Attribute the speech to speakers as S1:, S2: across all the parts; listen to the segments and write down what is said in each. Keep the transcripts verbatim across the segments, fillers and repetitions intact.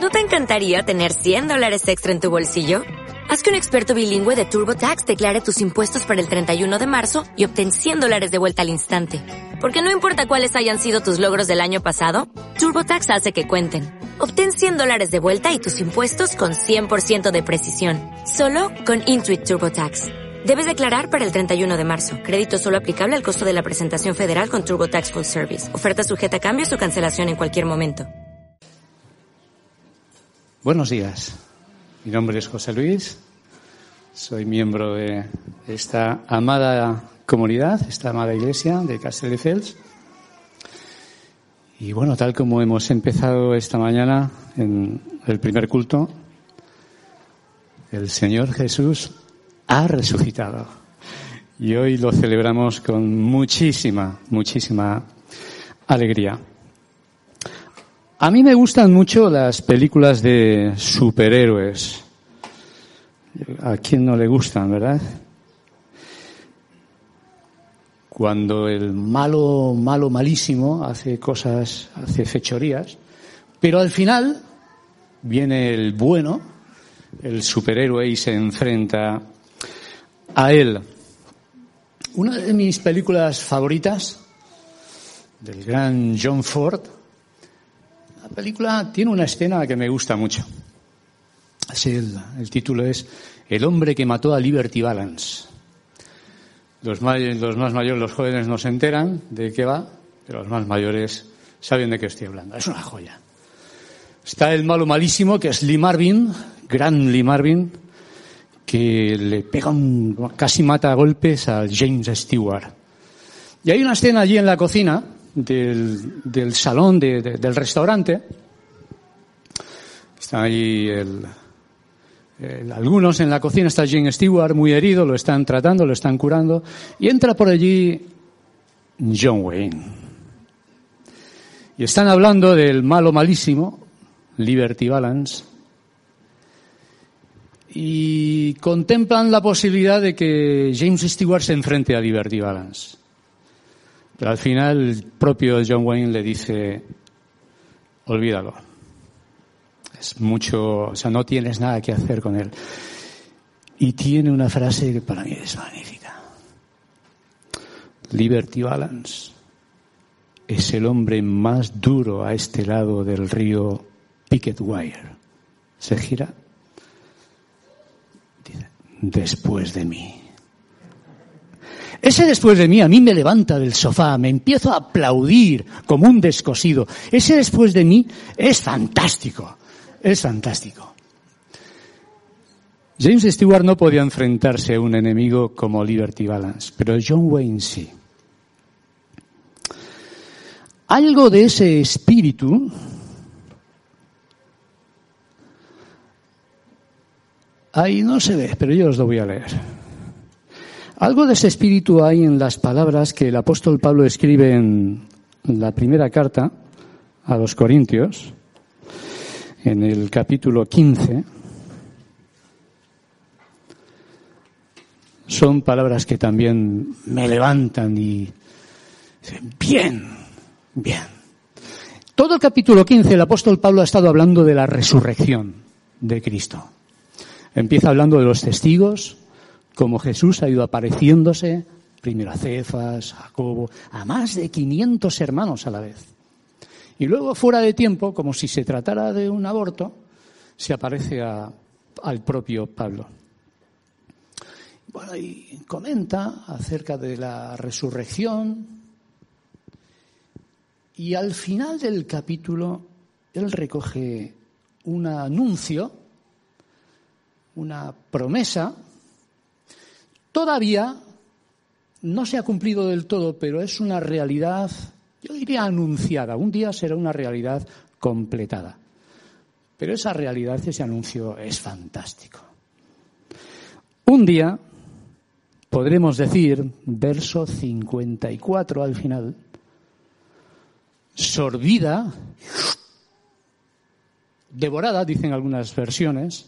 S1: ¿No te encantaría tener cien dólares extra en tu bolsillo? Haz que un experto bilingüe de TurboTax declare tus impuestos para el treinta y uno de marzo y obtén cien dólares de vuelta al instante. Porque no importa cuáles hayan sido tus logros del año pasado, TurboTax hace que cuenten. Obtén cien dólares de vuelta y tus impuestos con cien por ciento de precisión. Solo con Intuit TurboTax. Debes declarar para el treinta y uno de marzo. Crédito solo aplicable al costo de la presentación federal con TurboTax Full Service. Oferta sujeta a cambios o cancelación en cualquier momento.
S2: Buenos días. Mi nombre es José Luis. Soy miembro de esta amada comunidad, esta amada iglesia de Castelldefels. Y bueno, tal como hemos empezado esta mañana en el primer culto, el Señor Jesús ha resucitado. Y hoy lo celebramos con muchísima, muchísima alegría. A mí me gustan mucho las películas de superhéroes. ¿A quién no le gustan, verdad? Cuando el malo, malo, malísimo hace cosas, hace fechorías, pero al final viene el bueno, el superhéroe, y se enfrenta a él. Una de mis películas favoritas, del gran John Ford. La película tiene una escena que me gusta mucho. Así el, el título es El hombre que mató a Liberty Balance. Los más, los más mayores, los jóvenes no se enteran de qué va, pero los más mayores saben de qué estoy hablando. Es una joya. Está el malo malísimo, que es Lee Marvin, gran Lee Marvin, que le pega un, casi mata a golpes a James Stewart. Y hay una escena allí en la cocina del, del salón de, de, del restaurante. Está allí el, el, algunos en la cocina, está James Stewart muy herido, lo están tratando, lo están curando, y entra por allí John Wayne. Y están hablando del malo malísimo, Liberty Balance, y contemplan la posibilidad de que James Stewart se enfrente a Liberty Balance. Pero al final el propio John Wayne le dice, olvídalo. Es mucho, o sea, no tienes nada que hacer con él. Y tiene una frase que para mí es magnífica. Liberty Balance es el hombre más duro a este lado del río Picket Wire. Se gira. Dice, después de mí. Ese después de mí a mí me levanta del sofá, me empiezo a aplaudir como un descosido. Ese después de mí es fantástico, es fantástico. James Stewart no podía enfrentarse a un enemigo como Liberty Balance, pero John Wayne sí. Algo de ese espíritu ahí no se ve, pero yo os lo voy a leer. Algo de ese espíritu hay en las palabras que el apóstol Pablo escribe en la primera carta a los Corintios, en el capítulo quince. Son palabras que también me levantan y dicen, bien, bien. Todo el capítulo quince el apóstol Pablo ha estado hablando de la resurrección de Cristo. Empieza hablando de los testigos, como Jesús ha ido apareciéndose, primero a Cefas, a Jacobo, a más de quinientos hermanos a la vez. Y luego, fuera de tiempo, como si se tratara de un aborto, se aparece a, al propio Pablo. Bueno, y comenta acerca de la resurrección. Y al final del capítulo, él recoge un anuncio, una promesa. Todavía no se ha cumplido del todo, pero es una realidad, yo diría anunciada. Un día será una realidad completada. Pero esa realidad, ese anuncio es fantástico. Un día podremos decir, verso cincuenta y cuatro al final, sorbida, devorada, dicen algunas versiones,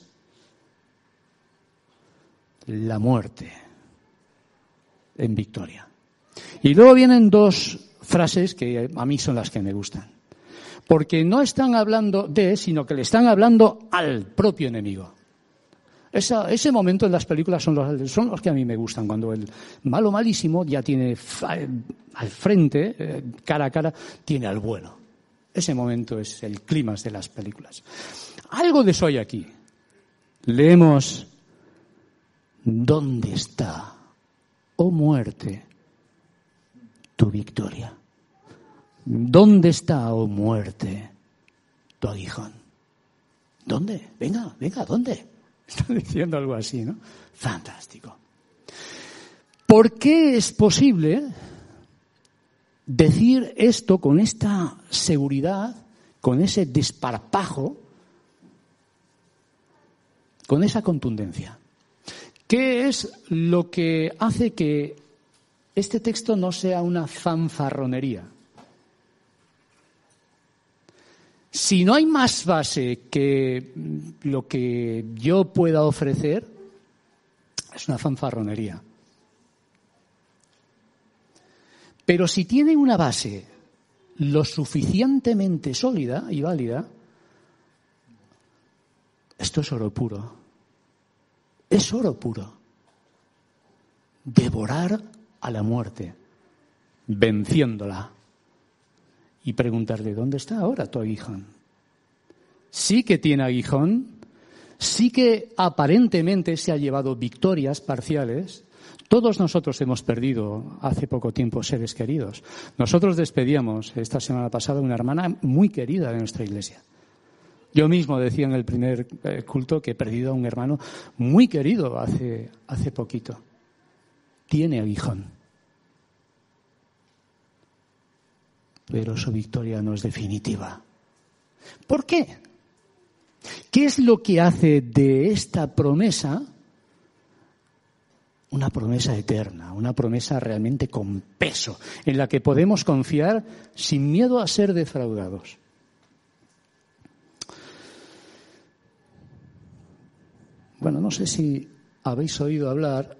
S2: la muerte en victoria. Y luego vienen dos frases que a mí son las que me gustan. Porque no están hablando de, sino que le están hablando al propio enemigo. Esa, ese momento en las películas son los, son los que a mí me gustan, cuando el malo malísimo ya tiene al frente, eh, cara a cara, tiene al bueno. Ese momento es el clímax de las películas. Algo de eso hay aquí. Leemos: ¿dónde está, oh muerte, tu victoria? ¿Dónde está, oh muerte, tu aguijón? ¿Dónde? Venga, venga, ¿dónde? Está diciendo algo así, ¿no? Fantástico. ¿Por qué es posible decir esto con esta seguridad, con ese desparpajo, con esa contundencia? ¿Qué es lo que hace que este texto no sea una fanfarronería? Si no hay más base que lo que yo pueda ofrecer, es una fanfarronería. Pero si tiene una base lo suficientemente sólida y válida, esto es oro puro. Es oro puro. Devorar a la muerte, venciéndola. Y preguntarle: ¿dónde está ahora tu aguijón? Sí que tiene aguijón, sí que aparentemente se ha llevado victorias parciales. Todos nosotros hemos perdido hace poco tiempo seres queridos. Nosotros despedíamos esta semana pasada una hermana muy querida de nuestra iglesia. Yo mismo decía en el primer culto que he perdido a un hermano muy querido hace, hace poquito. Tiene aguijón. Pero su victoria no es definitiva. ¿Por qué? ¿Qué es lo que hace de esta promesa una promesa eterna, una promesa realmente con peso, en la que podemos confiar sin miedo a ser defraudados? Bueno, no sé si habéis oído hablar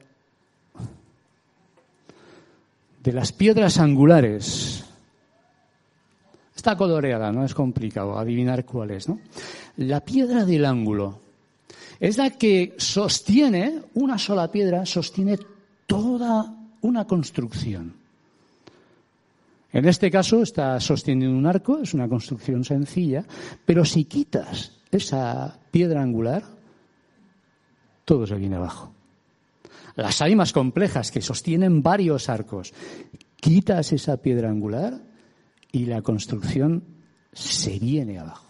S2: de las piedras angulares. Está coloreada, no es complicado adivinar cuál es, ¿no? La piedra del ángulo es la que sostiene, una sola piedra sostiene toda una construcción. En este caso está sosteniendo un arco, es una construcción sencilla, pero si quitas esa piedra angular, todo se viene abajo. Las hay más complejas que sostienen varios arcos. Quitas esa piedra angular y la construcción se viene abajo.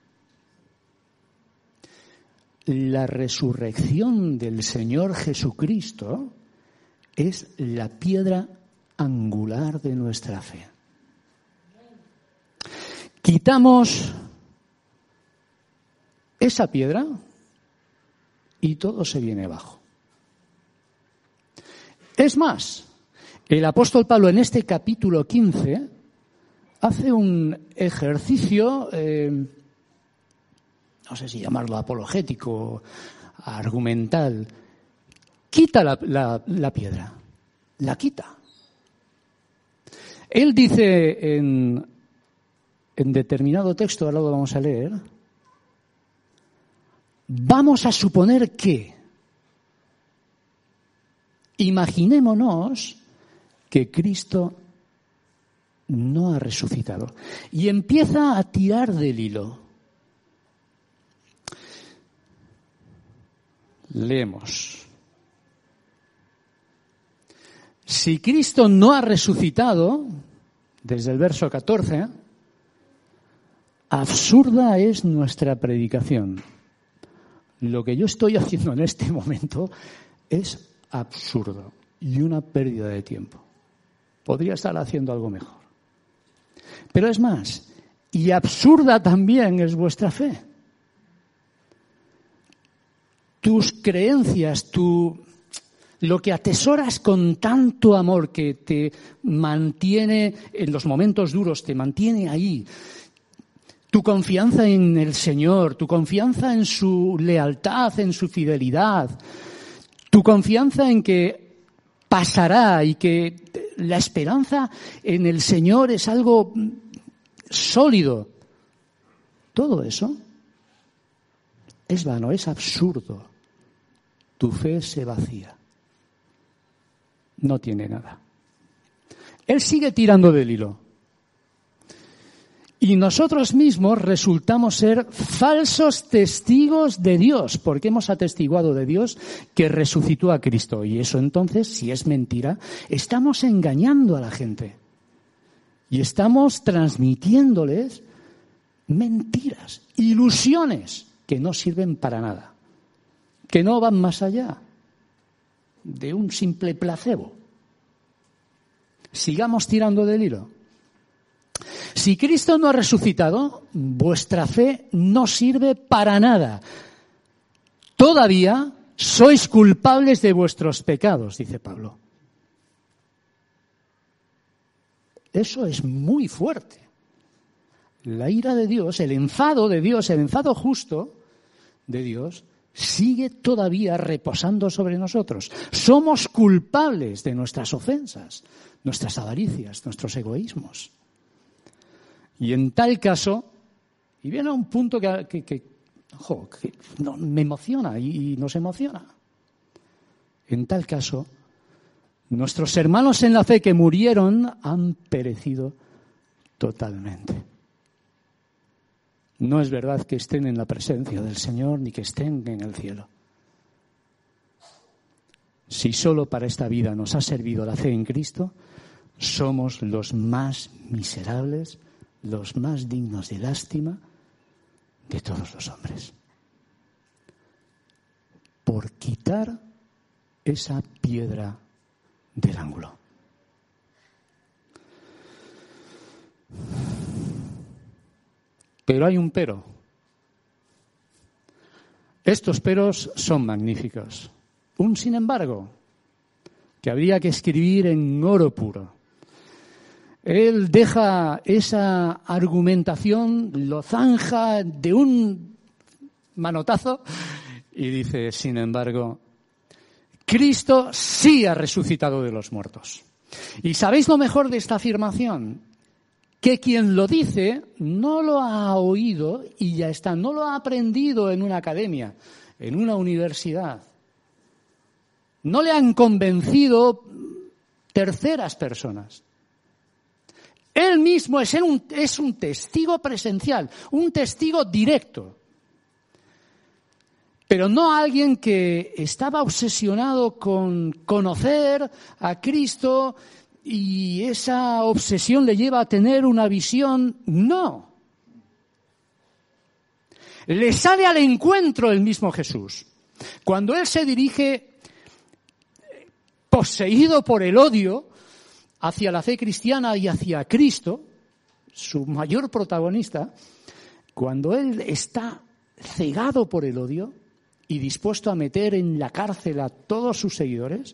S2: La resurrección del Señor Jesucristo es la piedra angular de nuestra fe. Quitamos esa piedra y todo se viene abajo. Es más, el apóstol Pablo en este capítulo quince hace un ejercicio, eh, no sé si llamarlo apologético, argumental. Quita la, la, la piedra, la quita. Él dice en, en determinado texto, ahora lo vamos a leer, vamos a suponer que, imaginémonos que Cristo no ha resucitado. Y empieza a tirar del hilo. Leemos. Si Cristo no ha resucitado, desde el verso catorce, absurda es nuestra predicación. Lo que yo estoy haciendo en este momento es absurdo y una pérdida de tiempo. Podría estar haciendo algo mejor. Pero es más, y absurda también es vuestra fe. Tus creencias, tu, lo que atesoras con tanto amor que te mantiene en los momentos duros, te mantiene ahí. Tu confianza en el Señor, tu confianza en su lealtad, en su fidelidad, tu confianza en que pasará y que la esperanza en el Señor es algo sólido. todo eso es vano, es absurdo. Tu fe se vacía. No tiene nada. Él sigue tirando del hilo. Y nosotros mismos resultamos ser falsos testigos de Dios, porque hemos atestiguado de Dios que resucitó a Cristo. Y eso entonces, si es mentira, estamos engañando a la gente. Y estamos transmitiéndoles mentiras, ilusiones que no sirven para nada, que no van más allá de un simple placebo. Sigamos tirando del hilo. Si Cristo no ha resucitado, vuestra fe no sirve para nada. Todavía sois culpables de vuestros pecados, dice Pablo. Eso es muy fuerte. La ira de Dios, el enfado de Dios, el enfado justo de Dios, sigue todavía reposando sobre nosotros. Somos culpables de nuestras ofensas, nuestras avaricias, nuestros egoísmos. Y en tal caso, y viene a un punto que, que, que, jo, que no, me emociona y, y nos emociona. En tal caso, nuestros hermanos en la fe que murieron han perecido totalmente. No es verdad que estén en la presencia del Señor ni que estén en el cielo. Si solo para esta vida nos ha servido la fe en Cristo, somos los más miserables, los más dignos de lástima de todos los hombres. Por quitar esa piedra del ángulo. Pero hay un pero. Estos peros son magníficos. Un sin embargo, que habría que escribir en oro puro. Él deja esa argumentación, lo zanja de un manotazo y dice, sin embargo, Cristo sí ha resucitado de los muertos. ¿Y sabéis lo mejor de esta afirmación? Que quien lo dice no lo ha oído y ya está, no lo ha aprendido en una academia, en una universidad. No le han convencido terceras personas. Él mismo es un, es un testigo presencial, un testigo directo. Pero no alguien que estaba obsesionado con conocer a Cristo y esa obsesión le lleva a tener una visión. No. Le sale al encuentro el mismo Jesús. Cuando Él se dirige, poseído por el odio, hacia la fe cristiana y hacia Cristo, su mayor protagonista, cuando Él está cegado por el odio y dispuesto a meter en la cárcel a todos sus seguidores,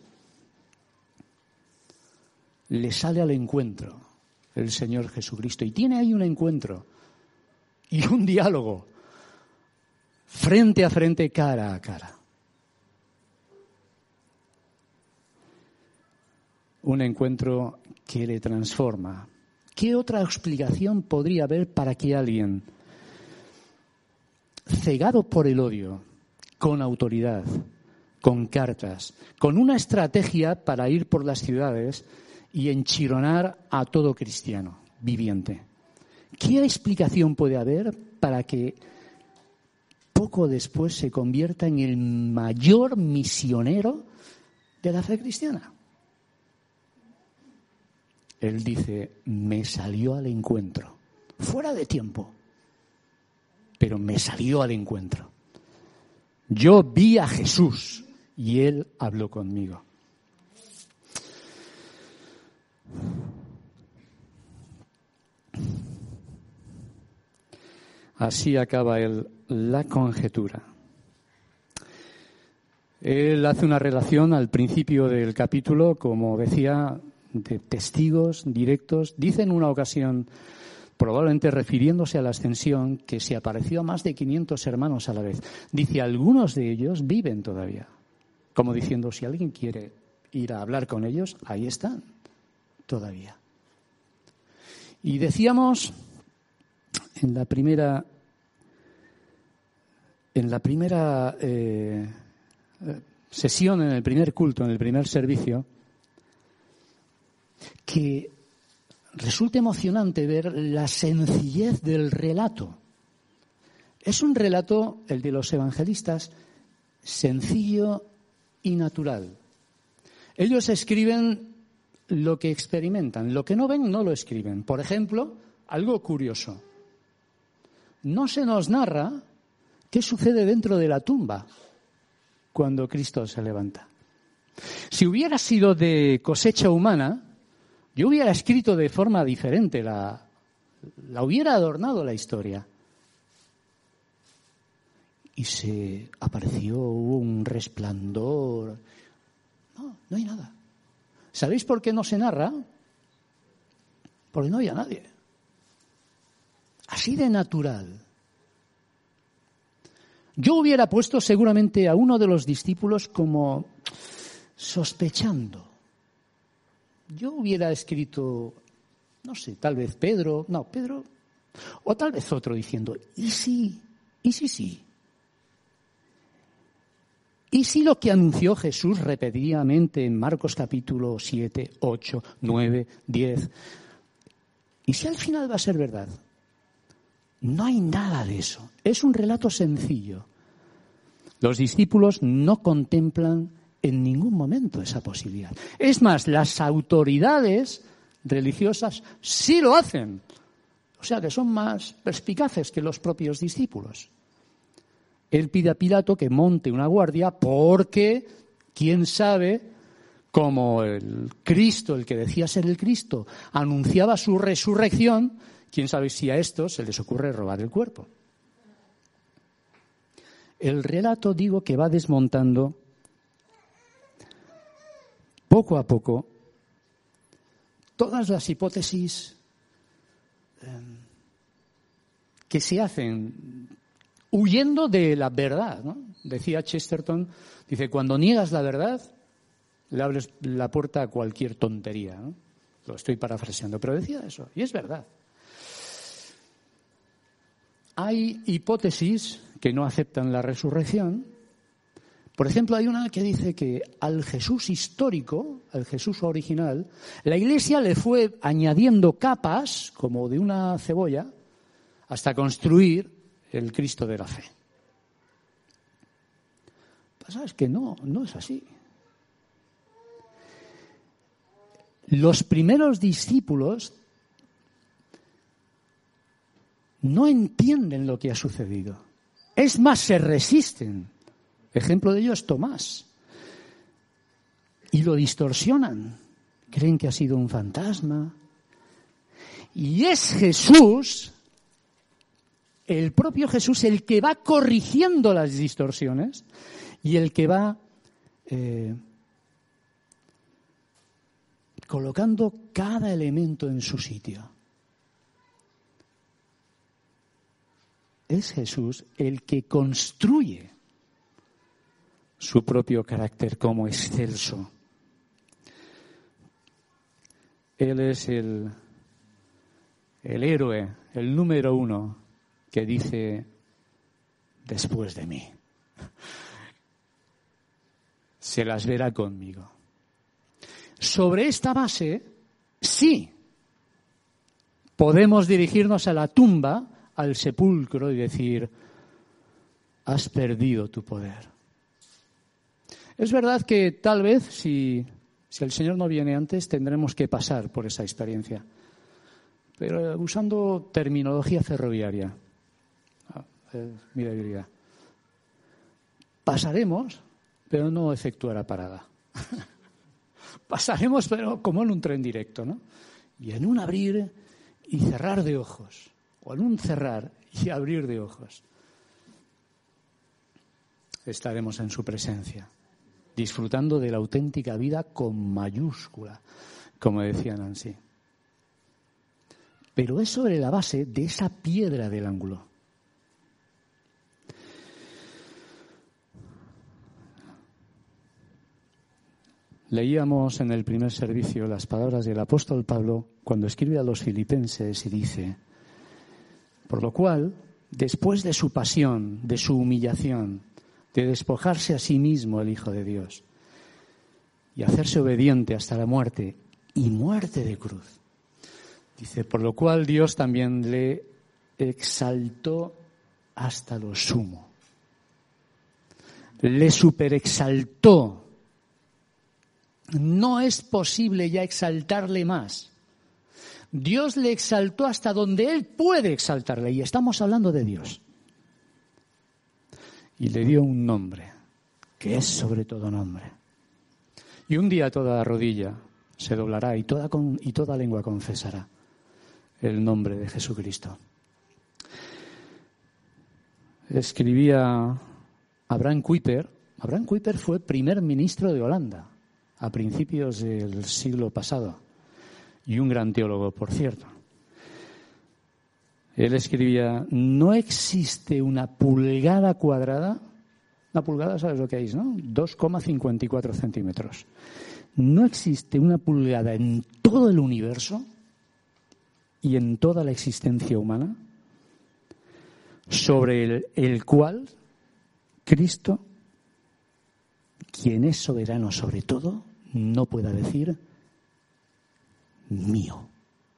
S2: le sale al encuentro el Señor Jesucristo. Y tiene ahí un encuentro y un diálogo frente a frente, cara a cara. Un encuentro que le transforma. ¿Qué otra explicación podría haber para que alguien cegado por el odio, con autoridad, con cartas, con una estrategia para ir por las ciudades y enchironar a todo cristiano viviente? ¿Qué explicación puede haber para que poco después se convierta en el mayor misionero de la fe cristiana? Él dice, me salió al encuentro, fuera de tiempo, pero me salió al encuentro. Yo vi a Jesús y Él habló conmigo. Así acaba él la conjetura. Él hace una relación al principio del capítulo, como decía, de testigos directos. Dice en una ocasión, probablemente refiriéndose a la ascensión, que se apareció a más de quinientos hermanos a la vez. Dice, algunos de ellos viven todavía. Como diciendo, si alguien quiere ir a hablar con ellos, ahí están, todavía. Y decíamos en la primera en la primera eh, sesión, en el primer culto, en el primer servicio, que resulta emocionante ver la sencillez del relato. Es un relato, el de los evangelistas, sencillo y natural. Ellos escriben lo que experimentan, lo que no ven no lo escriben. Por ejemplo, algo curioso. No se nos narra qué sucede dentro de la tumba cuando Cristo se levanta. Si hubiera sido de cosecha humana, yo hubiera escrito de forma diferente, la, la hubiera adornado la historia. Y se apareció, hubo un resplandor. No, no hay nada. ¿Sabéis por qué no se narra? Porque no había nadie. Así de natural. Yo hubiera puesto seguramente a uno de los discípulos como sospechando. Yo hubiera escrito, no sé, tal vez Pedro, no, Pedro, o tal vez otro diciendo, ¿y si? ¿Y si sí? ¿Y si lo que anunció Jesús repetidamente en Marcos capítulo siete, ocho, nueve, diez? ¿Y si al final va a ser verdad? No hay nada de eso. Es un relato sencillo. Los discípulos no contemplan en ningún momento esa posibilidad. Es más, las autoridades religiosas sí lo hacen. O sea que son más perspicaces que los propios discípulos. Él pide a Pilato que monte una guardia porque, quién sabe, como el Cristo, el que decía ser el Cristo, anunciaba su resurrección, quién sabe si a estos se les ocurre robar el cuerpo. El relato, digo, que va desmontando poco a poco todas las hipótesis eh, que se hacen huyendo de la verdad, ¿no? Decía Chesterton, dice, cuando niegas la verdad, le abres la puerta a cualquier tontería, ¿no? Lo estoy parafraseando, pero decía eso, y es verdad. Hay hipótesis que no aceptan la resurrección. Por ejemplo, hay una que dice que al Jesús histórico, al Jesús original, la Iglesia le fue añadiendo capas, como de una cebolla, hasta construir el Cristo de la fe. Pasa es que no, no es así. Los primeros discípulos no entienden lo que ha sucedido. Es más, se resisten. Ejemplo de ello es Tomás. Y lo distorsionan. Creen que ha sido un fantasma. Y es Jesús, el propio Jesús, el que va corrigiendo las distorsiones y el que va eh, colocando cada elemento en su sitio. Es Jesús el que construye su propio carácter como excelso. Él es el, el héroe, el número uno, que dice, después de mí, se las verá conmigo. Sobre esta base, sí, podemos dirigirnos a la tumba, al sepulcro y decir, has perdido tu poder. Es verdad que tal vez, si, si el Señor no viene antes, tendremos que pasar por esa experiencia. Pero usando terminología ferroviaria. Mi debilidad. Pasaremos, pero no efectuará parada. Pasaremos, pero como en un tren directo, ¿no? Y en un abrir y cerrar de ojos. O en un cerrar y abrir de ojos, estaremos en su presencia, disfrutando de la auténtica vida con mayúscula, como decía Nancy. Pero es sobre la base de esa piedra del ángulo. Leíamos en el primer servicio las palabras del apóstol Pablo cuando escribe a los filipenses y dice, por lo cual, después de su pasión, de su humillación, de despojarse a sí mismo el Hijo de Dios y hacerse obediente hasta la muerte y muerte de cruz. Dice, por lo cual Dios también le exaltó hasta lo sumo. Le superexaltó. No es posible ya exaltarle más. Dios le exaltó hasta donde Él puede exaltarle, y estamos hablando de Dios. Y le dio un nombre, que es sobre todo nombre. Y un día toda rodilla se doblará y toda, con, y toda lengua confesará el nombre de Jesucristo. Escribía Abraham Kuyper. Abraham Kuyper fue primer ministro de Holanda a principios del siglo pasado y un gran teólogo, por cierto. Él escribía, no existe una pulgada cuadrada, una pulgada, ¿sabes lo que es, no? dos coma cincuenta y cuatro centímetros. No existe una pulgada en todo el universo y en toda la existencia humana sobre el, el cual Cristo, quien es soberano sobre todo, no pueda decir mío.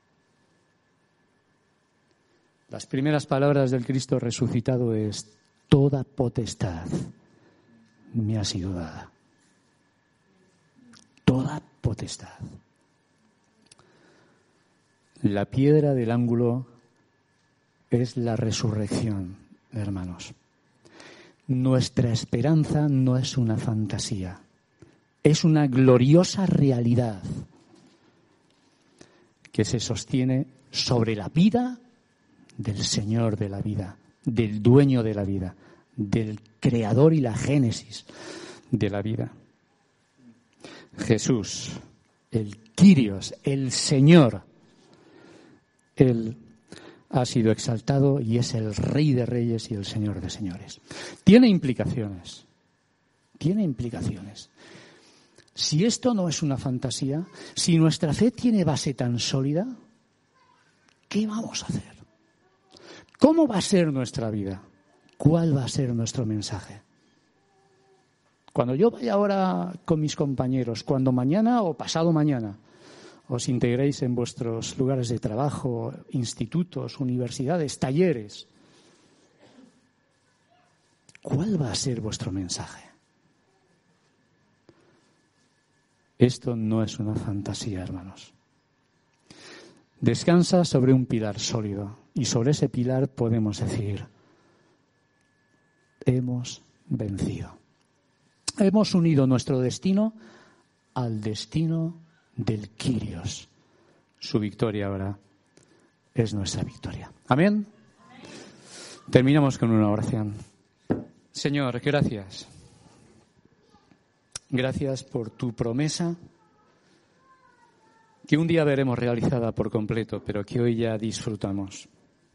S2: Las primeras palabras del Cristo resucitado es: toda potestad me ha sido dada. Toda potestad. La piedra del ángulo es la resurrección, hermanos. Nuestra esperanza no es una fantasía, es una gloriosa realidad que se sostiene sobre la vida del Señor de la vida, del dueño de la vida, del creador y la génesis de la vida. Jesús, el Kyrios, el Señor, Él ha sido exaltado y es el Rey de Reyes y el Señor de Señores. Tiene implicaciones, tiene implicaciones. Si esto no es una fantasía, si nuestra fe tiene base tan sólida, ¿qué vamos a hacer? ¿Cómo va a ser nuestra vida? ¿Cuál va a ser nuestro mensaje? Cuando yo vaya ahora con mis compañeros, cuando mañana o pasado mañana os integréis en vuestros lugares de trabajo, institutos, universidades, talleres, ¿cuál va a ser vuestro mensaje? Esto no es una fantasía, hermanos. Descansa sobre un pilar sólido y sobre ese pilar podemos decir: hemos vencido. Hemos unido nuestro destino al destino del Kyrios. Su victoria ahora es nuestra victoria. ¿Amén? Terminamos con una oración. Señor, gracias. Gracias por tu promesa, que un día veremos realizada por completo, pero que hoy ya disfrutamos.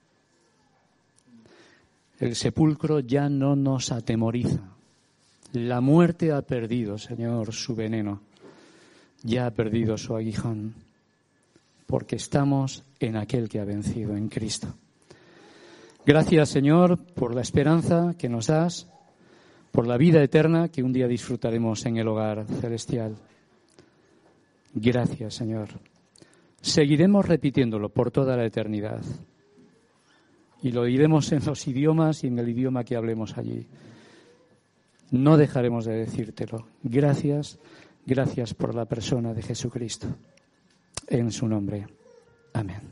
S2: El sepulcro ya no nos atemoriza. La muerte ha perdido, Señor, su veneno. Ya ha perdido su aguijón, porque estamos en aquel que ha vencido, en Cristo. Gracias, Señor, por la esperanza que nos das, por la vida eterna que un día disfrutaremos en el hogar celestial. Gracias, Señor. Seguiremos repitiéndolo por toda la eternidad. Y lo diremos en los idiomas y en el idioma que hablemos allí. No dejaremos de decírtelo. Gracias, gracias por la persona de Jesucristo. En su nombre. Amén.